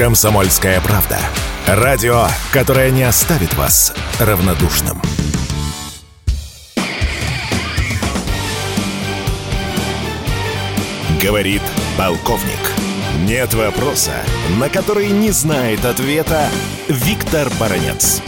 «Комсомольская правда». Радио, которое не оставит вас равнодушным. Говорит полковник. Нет вопроса, на который не знает ответа Виктор Баранец.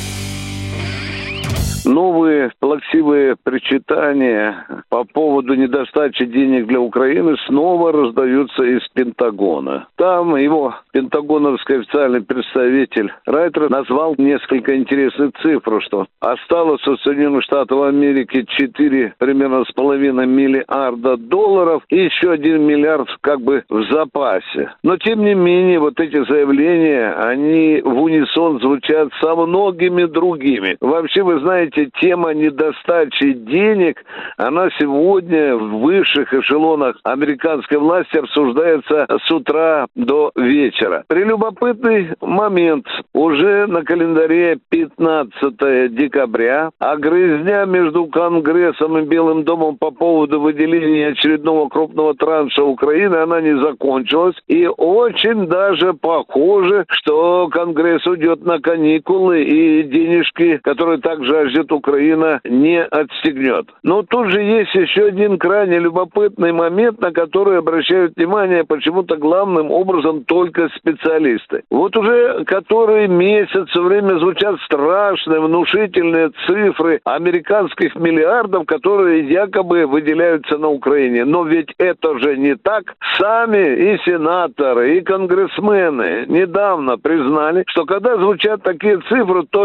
Новые плаксивые причитания по поводу недостачи денег для Украины снова раздаются из Пентагона. Там его пентагоновский официальный представитель Райтер назвал несколько интересных цифр, что осталось у Соединенных Штатов Америки 4 примерно с половиной миллиарда долларов и еще 1 миллиард как бы в запасе. Но тем не менее вот эти заявления, они в унисон звучат со многими другими. Вообще, вы знаете, тема недостачи денег, она сегодня в высших эшелонах американской власти обсуждается с утра до вечера. Прелюбопытный момент. Уже на календаре 15 декабря, а грызня между Конгрессом и Белым домом по поводу выделения очередного крупного транша Украины, она не закончилась. И очень даже похоже, что Конгресс уйдет на каникулы и денежки, которые также ждет Украина, не отстегнет. Но тут же есть еще один крайне любопытный момент, на который обращают внимание почему-то главным образом только специалисты. Вот уже который месяц все время звучат страшные, внушительные цифры американских миллиардов, которые якобы выделяются на Украине. Но ведь это же не так. Сами и сенаторы, и конгрессмены недавно признали, что когда звучат такие цифры, то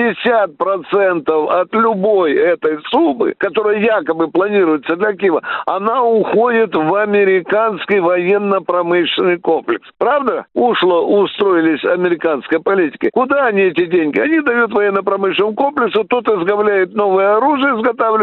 60% от любой этой суммы, которая якобы планируется для Киева, она уходит в американский военно-промышленный комплекс. Правда? Устроились американской политики. Куда они эти деньги? Они дают военно-промышленному комплексу, тот изготавливает новое оружие,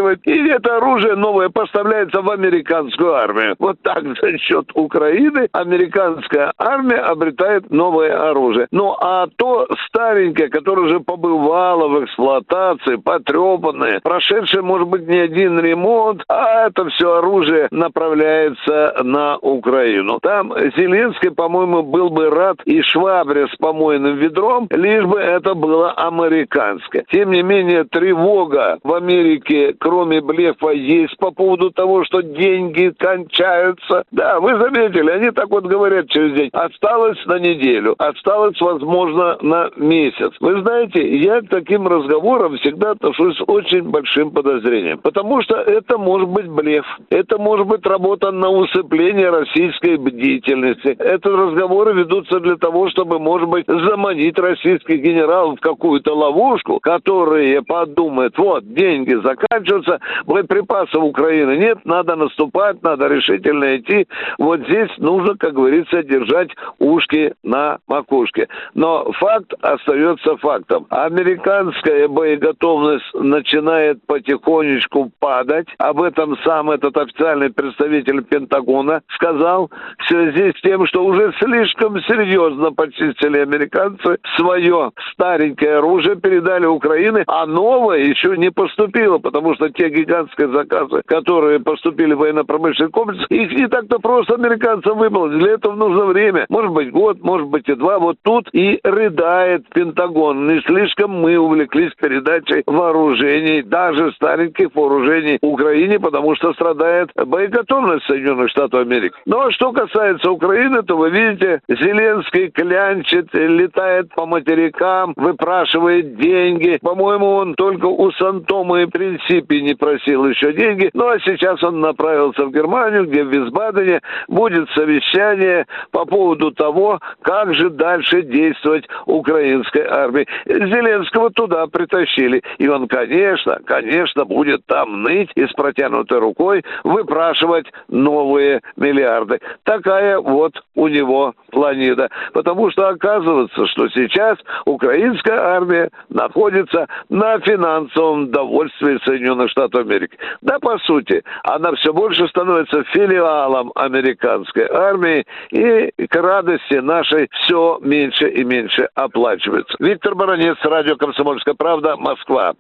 и это оружие новое поставляется в американскую армию. Вот так за счет Украины американская армия обретает новое оружие. Ну а то старенькое, которое уже побывало в эксплуатации, потрепанное, прошедшее, может быть, не один ремонт, а это все оружие направляется на Украину. Там Зеленский, по-моему, был бы рад и швабре с помойным ведром, лишь бы это было американское. Тем не менее, тревога в Америке, кроме блефа, есть по поводу того, что деньги кончаются. Да, вы заметили, они так вот говорят через день. Осталось на неделю, осталось, возможно, на месяц. Вы знаете, я к таким разговорам всегда отношусь с очень большим подозрением. Потому что это может быть блеф. Это может быть работа на усыпление российской бдительности. Это разговоры ведутся для того, чтобы, может быть, заманить российских генералов в какую-то ловушку, которые подумают, вот, деньги заканчиваются, боеприпасов Украины нет, надо наступать, надо решительно идти. Вот здесь нужно, как говорится, держать ушки на макушке. Но факт остается фактом. Американская боеготовность начинает потихонечку падать. Об этом сам этот официальный представитель Пентагона сказал в связи с тем, что уже слишком серьезно почистили американцы свое старенькое оружие, передали Украине, а новое еще не поступило, потому что те гигантские заказы, которые поступили в военно-промышленный комплекс, их не так-то просто американцам выполнить. Для этого нужно время. Может быть год, может быть и два. Вот тут и рыдает Пентагон. Не слишком мы увлеклись передачей вооружений, даже стареньких вооружений Украине, потому что страдает боеготовность Соединенных Штатов Америки. Ну а что касается Украины, то вы видите, Зеленский клянчит, летает по материкам, выпрашивает деньги. По-моему, он только у Сан-Тома и Принсипи не просил еще деньги. Ну а сейчас он направился в Германию, где в Висбадене будет совещание по поводу того, как же дальше действовать украинской армии. Зеленского туда притащили. И он, конечно, будет там ныть и с протянутой рукой выпрашивать новые миллиарды. Такая вот у него планида. Потому что оказывается, что сейчас украинская армия находится на финансовом довольстве Соединенных Штатов Америки. Да, по сути, она все больше становится филиалом американской армии и к радости нашей все меньше и меньше оплачивается. Виктор Баранец, радио «Комсомольская правда», Москва.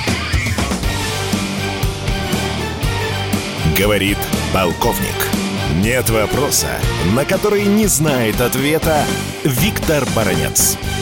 Говорит полковник. Нет вопроса, на который не знает ответа Виктор Баранец.